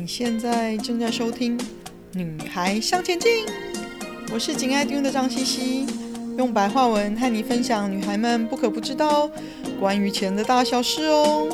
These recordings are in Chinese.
现在正在收听《女孩向前进》，我是紧爱听的张茜茜，用白话文和你分享女孩们不可不知道关于钱的大小事哦。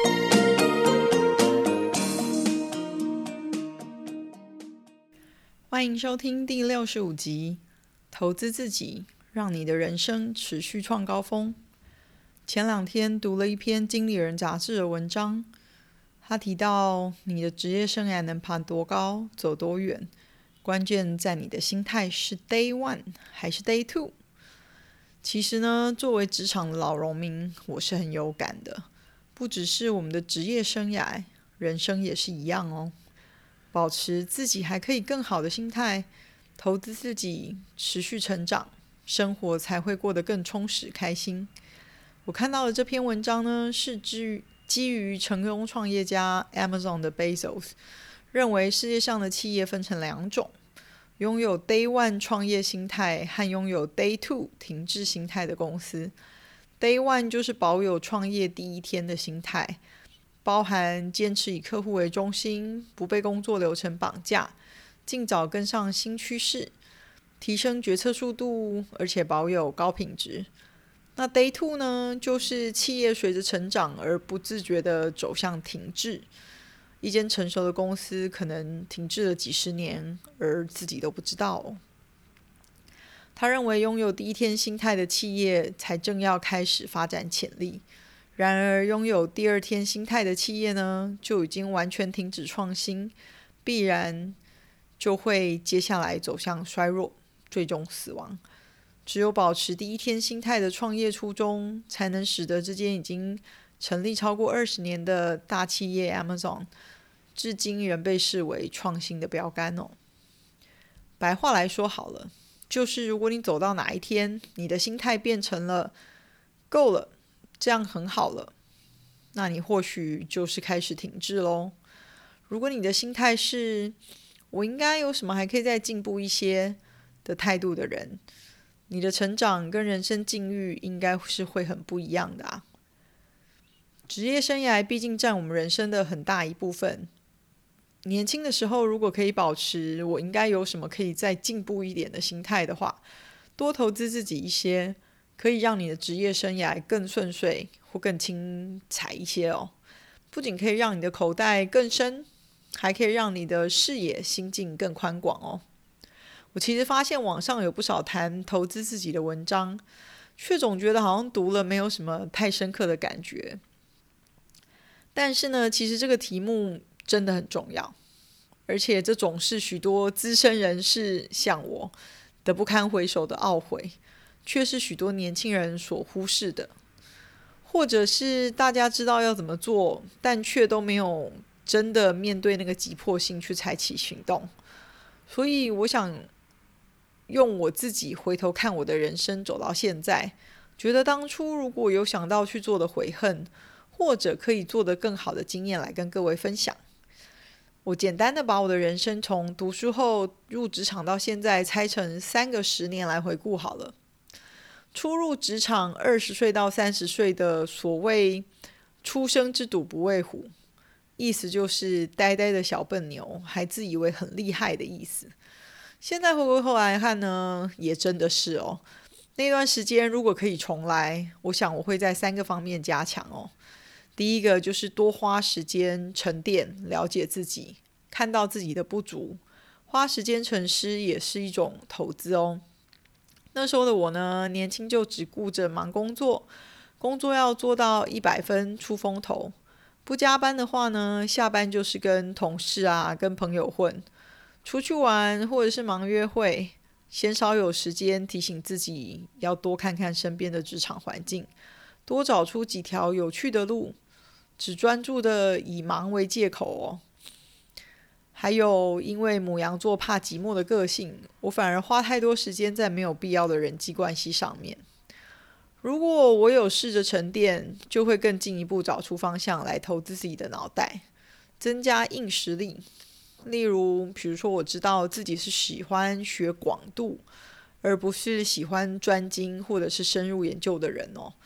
欢迎收听第65集，投资自己，让你的人生持续创高峰。前2天读了一篇《经理人》杂志的文章，他提到你的职业生涯能爬多高，走多远，关键在你的心态是 Day 1 还是 Day 2。其实呢，作为职场的老农民，我是很有感的。不只是我们的职业生涯，人生也是一样哦。保持自己还可以更好的心态，投资自己，持续成长，生活才会过得更充实开心。我看到的这篇文章呢，是基于成功创业家 Amazon 的 Bezos 认为世界上的企业分成2种，拥有 Day 1 创业心态和拥有 Day 2 停滞心态的公司。Day 1 就是保有创业第一天的心态，包含坚持以客户为中心，不被工作流程绑架，尽早跟上新趋势，提升决策速度，而且保有高品质。那 Day 2 呢，就是企业随着成长而不自觉地走向停滞。一间成熟的公司可能停滞了几十年，而自己都不知道哦。他认为拥有第一天心态的企业才正要开始发展潜力，然而拥有第2天心态的企业呢，就已经完全停止创新，必然就会接下来走向衰弱，最终死亡。只有保持第一天心态的创业初衷，才能使得这间已经成立超过20年的大企业 Amazon 至今仍被视为创新的标杆哦。白话来说好了，就是如果你走到哪一天，你的心态变成了够了，这样很好了，那你或许就是开始停滞咯。如果你的心态是我应该有什么还可以再进步一些的态度的人，你的成长跟人生境遇应该是会很不一样的啊。职业生涯毕竟占我们人生的很大一部分，年轻的时候如果可以保持我应该有什么可以再进步一点的心态的话，多投资自己一些，可以让你的职业生涯更顺遂或更精彩一些哦。不仅可以让你的口袋更深，还可以让你的视野心境更宽广哦。我其实发现网上有不少谈投资自己的文章，却总觉得好像读了没有什么太深刻的感觉。但是呢，其实这个题目真的很重要，而且这总是许多资深人士像我的不堪回首的懊悔，却是许多年轻人所忽视的，或者是大家知道要怎么做，但却都没有真的面对那个急迫性去采取行动。所以我想用我自己回头看我的人生走到现在，觉得当初如果有想到去做的悔恨，或者可以做得更好的经验来跟各位分享。我简单的把我的人生从读书后入职场到现在拆成3个10年来回顾好了。初入职场20岁到30岁的所谓初生之犊不畏虎，意思就是呆呆的小笨牛，还自以为很厉害的意思。现在回过头来看呢，也真的是哦。那段时间如果可以重来，我想我会在3个方面加强哦。第一个就是多花时间沉淀，了解自己，看到自己的不足，花时间沉思也是一种投资哦。那时候的我呢，年轻就只顾着忙工作，工作要做到100分出风头，不加班的话呢，下班就是跟同事啊，跟朋友混，出去玩或者是忙约会，鲜少有时间提醒自己要多看看身边的职场环境，多找出几条有趣的路，只专注的以忙为借口哦。还有因为牡羊座怕寂寞的个性，我反而花太多时间在没有必要的人际关系上面。如果我有试着沉淀，就会更进一步找出方向来投资自己的脑袋，增加硬实力。例如比如说我知道自己是喜欢学广度，而不是喜欢专精或者是深入研究的人哦。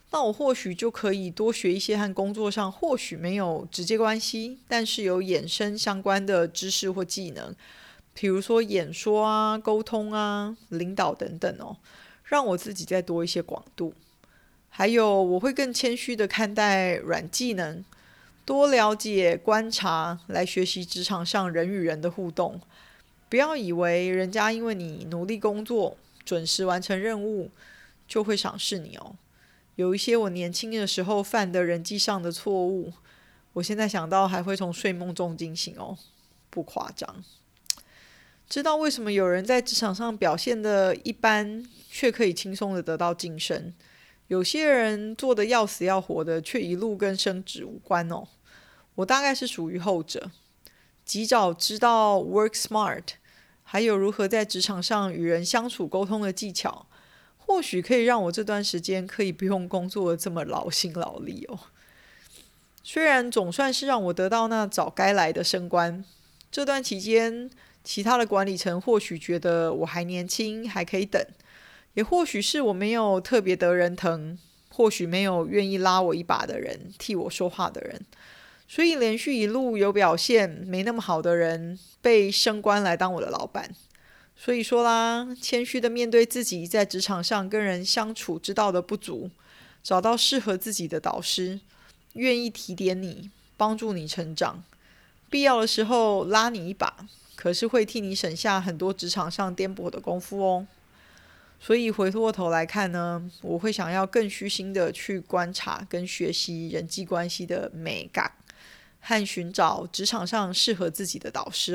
那我或许就可以多学一些和工作上或许没有直接关系，但是有衍生相关的知识或技能，比如说演说啊、沟通啊、领导等等让我自己再多一些广度。还有，我会更谦虚的看待软技能，多了解、观察，来学习职场上人与人的互动。不要以为人家因为你努力工作、准时完成任务，就会赏识你有一些我年轻的时候犯的人际上的错误，我现在想到还会从睡梦中惊醒不夸张。知道为什么有人在职场上表现的一般，却可以轻松的得到晋升？有些人做的要死要活的，却一路跟升职无关我大概是属于后者，及早知道 work smart， 还有如何在职场上与人相处沟通的技巧，或许可以让我这段时间可以不用工作的这么劳心劳力虽然总算是让我得到那早该来的升官，这段期间其他的管理层或许觉得我还年轻，还可以等，也或许是我没有特别得人疼，或许没有愿意拉我一把的人，替我说话的人，所以连续一路有表现没那么好的人被升官来当我的老板。所以说啦，谦虚的面对自己在职场上跟人相处之道的不足，找到适合自己的导师，愿意提点你，帮助你成长，必要的时候拉你一把，可是会替你省下很多职场上颠簸的功夫所以回过头来看呢，我会想要更虚心的去观察跟学习人际关系的美感，和寻找职场上适合自己的导师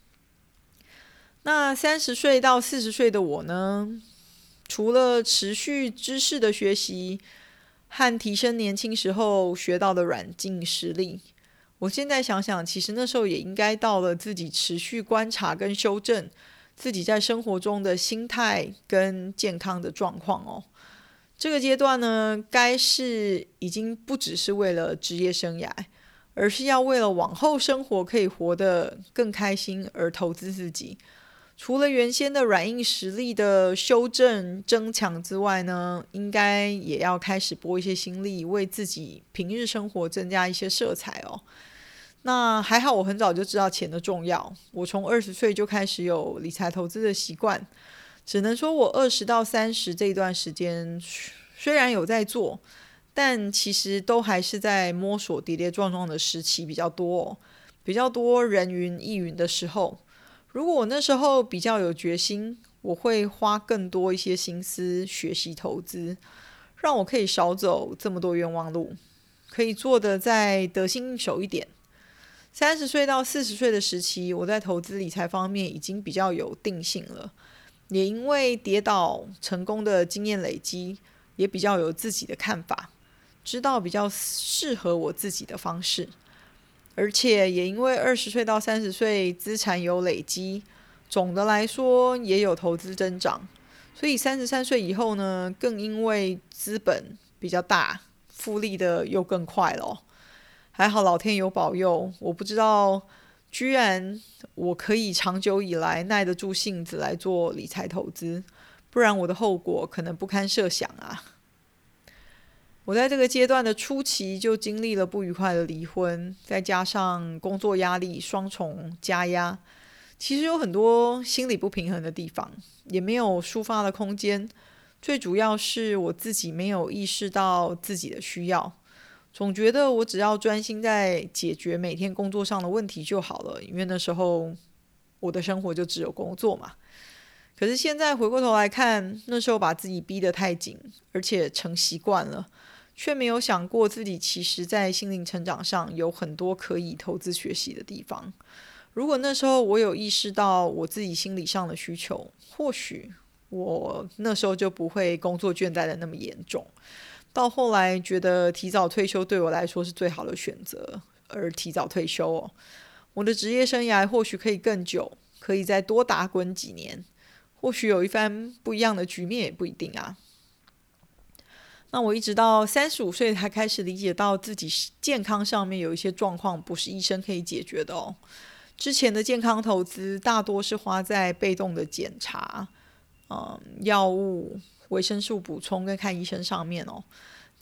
那30岁到40岁的我呢，除了持续知识的学习和提升年轻时候学到的软硬实力，我现在想想，其实那时候也应该到了自己持续观察跟修正自己在生活中的心态跟健康的状况这个阶段呢，该是已经不只是为了职业生涯，而是要为了往后生活可以活得更开心而投资自己。除了原先的软硬实力的修正增强之外呢，应该也要开始拨一些心力，为自己平日生活增加一些色彩那还好我很早就知道钱的重要，我从20岁就开始有理财投资的习惯，只能说我20到30这一段时间虽然有在做，但其实都还是在摸索跌跌撞撞的时期比较多比较多人云亦云的时候。如果我那时候比较有决心，我会花更多一些心思学习投资，让我可以少走这么多冤枉路，可以做得再得心应手一点。30岁到40岁的时期，我在投资理财方面已经比较有定性了，也因为跌倒成功的经验累积，也比较有自己的看法，知道比较适合我自己的方式。而且也因为20岁到30岁资产有累积，总的来说也有投资增长，所以33岁以后呢，更因为资本比较大，复利的又更快了还好老天有保佑，我不知道居然我可以长久以来耐得住性子来做理财投资，不然我的后果可能不堪设想啊。我在这个阶段的初期就经历了不愉快的离婚，再加上工作压力双重加压，其实有很多心理不平衡的地方，也没有抒发的空间。最主要是我自己没有意识到自己的需要，总觉得我只要专心在解决每天工作上的问题就好了，因为那时候我的生活就只有工作嘛。可是现在回过头来看，那时候把自己逼得太紧，而且成习惯了，却没有想过自己其实在心灵成长上有很多可以投资学习的地方。如果那时候我有意识到我自己心理上的需求，或许我那时候就不会工作倦怠的那么严重。到后来觉得提早退休对我来说是最好的选择，而提早退休我的职业生涯或许可以更久，可以再多打滚几年，或许有一番不一样的局面也不一定啊。那我一直到35岁才开始理解到自己健康上面有一些状况不是医生可以解决的之前的健康投资大多是花在被动的检查、药物、维生素补充跟看医生上面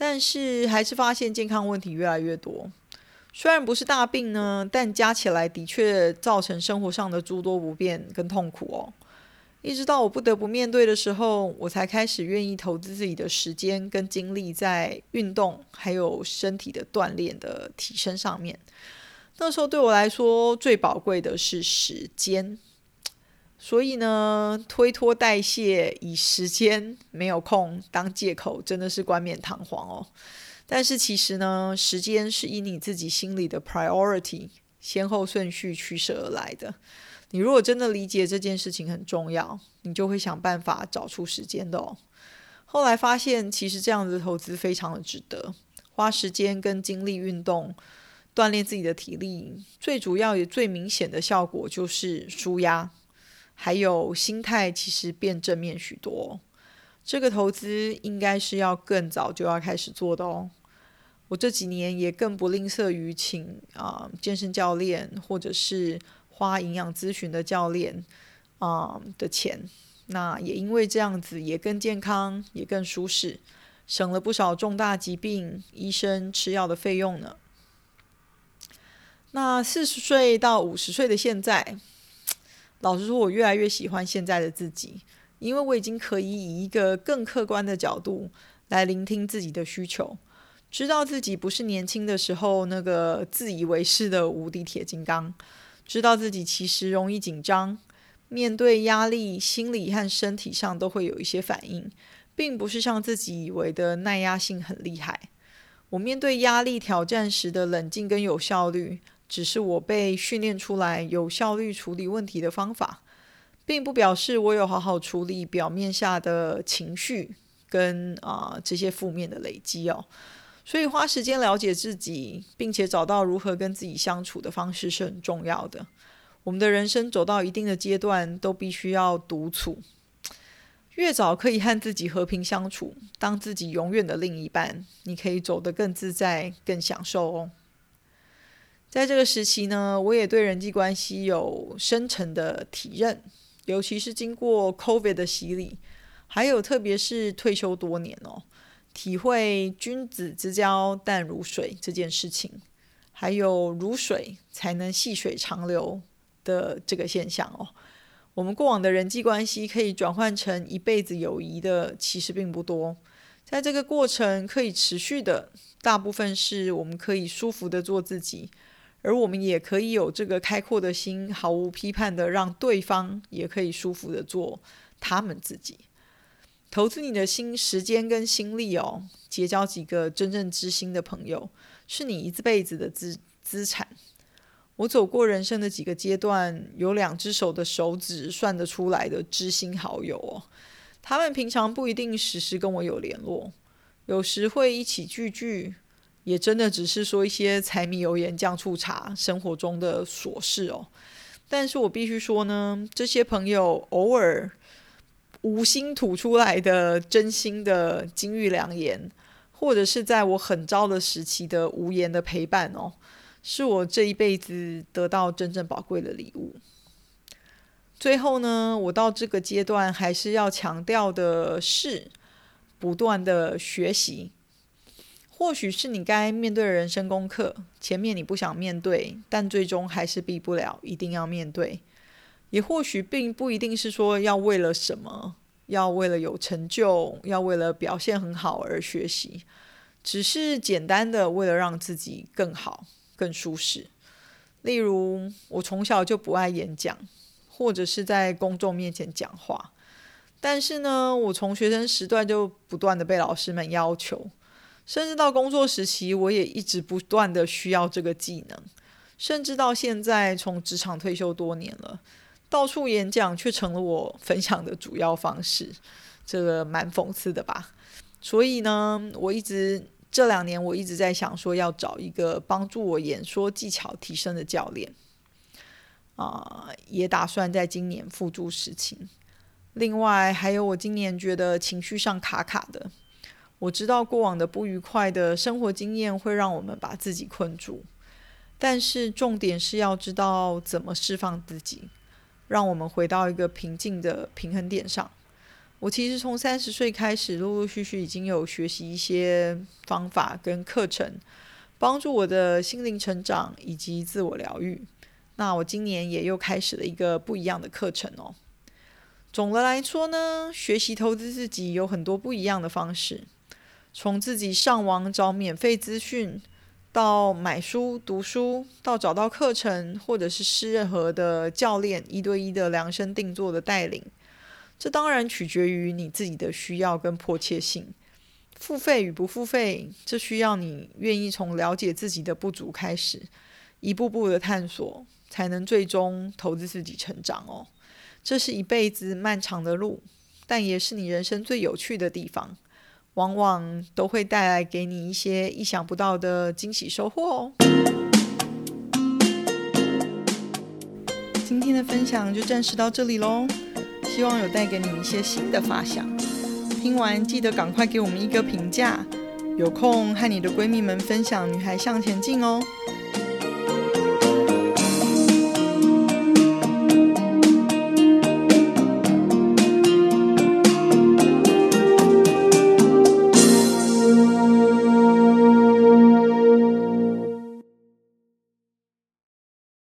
但是还是发现健康问题越来越多。虽然不是大病呢，但加起来的确造成生活上的诸多不便跟痛苦哦。一直到我不得不面对的时候，我才开始愿意投资自己的时间跟精力在运动还有身体的锻炼的提升上面。那时候对我来说最宝贵的是时间，所以呢，推脱代谢，以时间没有空当借口，真的是冠冕堂皇哦。但是其实呢，时间是以你自己心里的 priority 先后顺序取舍而来的。你如果真的理解这件事情很重要，你就会想办法找出时间的哦。后来发现，其实这样子的投资非常的值得，花时间跟精力运动，锻炼自己的体力，最主要也最明显的效果就是舒压，还有心态其实变正面许多哦。这个投资应该是要更早就要开始做的哦。我这几年也更不吝啬于请健身教练，或者是花营养咨询的教练的钱。那也因为这样子，也更健康，也更舒适，省了不少重大疾病医生吃药的费用呢。那40岁到50岁的现在，老实说，我越来越喜欢现在的自己，因为我已经可以以一个更客观的角度来聆听自己的需求。知道自己不是年轻的时候那个自以为是的无敌铁金刚，知道自己其实容易紧张，面对压力，心理和身体上都会有一些反应，并不是像自己以为的耐压性很厉害。我面对压力挑战时的冷静跟有效率，只是我被训练出来有效率处理问题的方法，并不表示我有好好处理表面下的情绪跟这些负面的累积哦。所以花时间了解自己，并且找到如何跟自己相处的方式是很重要的。我们的人生走到一定的阶段，都必须要独处。越早可以和自己和平相处，当自己永远的另一半，你可以走得更自在、更享受哦。在这个时期呢，我也对人际关系有深层的体认，尤其是经过 COVID 的洗礼，还有特别是退休多年哦。体会君子之交淡如水这件事情，还有如水才能细水长流的这个现象哦。我们过往的人际关系可以转换成一辈子友谊的，其实并不多。在这个过程可以持续的，大部分是我们可以舒服的做自己，而我们也可以有这个开阔的心，毫无批判的让对方也可以舒服的做他们自己。投资你的时间跟心力哦，结交几个真正知心的朋友，是你一辈子的资产。我走过人生的几个阶段，有2只手的手指算得出来的知心好友哦。他们平常不一定时时跟我有联络，有时会一起聚，也真的只是说一些柴米油盐酱醋茶生活中的琐事哦。但是我必须说呢，这些朋友偶尔无心吐出来的真心的金玉良言，或者是在我很糟的时期的无言的陪伴哦，是我这一辈子得到真正宝贵的礼物。最后呢，我到这个阶段还是要强调的是不断的学习。或许是你该面对的人生功课，前面你不想面对，但最终还是避不了，一定要面对。也或许并不一定是说要为了什么，要为了有成就，要为了表现很好而学习，只是简单的为了让自己更好、更舒适。例如，我从小就不爱演讲，或者是在公众面前讲话，但是呢，我从学生时代就不断的被老师们要求，甚至到工作时期，我也一直不断的需要这个技能，甚至到现在从职场退休多年了，到处演讲却成了我分享的主要方式，这个蛮讽刺的吧。所以呢，这2年我一直在想说要找一个帮助我演说技巧提升的教练也打算在今年付诸实情。另外还有我今年觉得情绪上卡卡的，我知道过往的不愉快的生活经验会让我们把自己困住，但是重点是要知道怎么释放自己，让我们回到一个平静的平衡点上。 我其实从30岁开始，陆陆续续已经有学习一些方法跟课程，帮助我的心灵成长以及自我疗愈。那我今年也又开始了一个不一样的课程哦。总的来说呢，学习投资自己有很多不一样的方式，从自己上网找免费资讯，到买书读书，到找到课程，或者是适合的教练1对1的量身定做的带领。这当然取决于你自己的需要跟迫切性，付费与不付费，这需要你愿意从了解自己的不足开始，一步步的探索，才能最终投资自己成长哦。这是一辈子漫长的路，但也是你人生最有趣的地方，往往都会带来给你一些意想不到的惊喜收获哦。今天的分享就暂时到这里咯，希望有带给你一些新的发想。听完记得赶快给我们一个评价，有空和你的闺蜜们分享《女孩向前进》哦。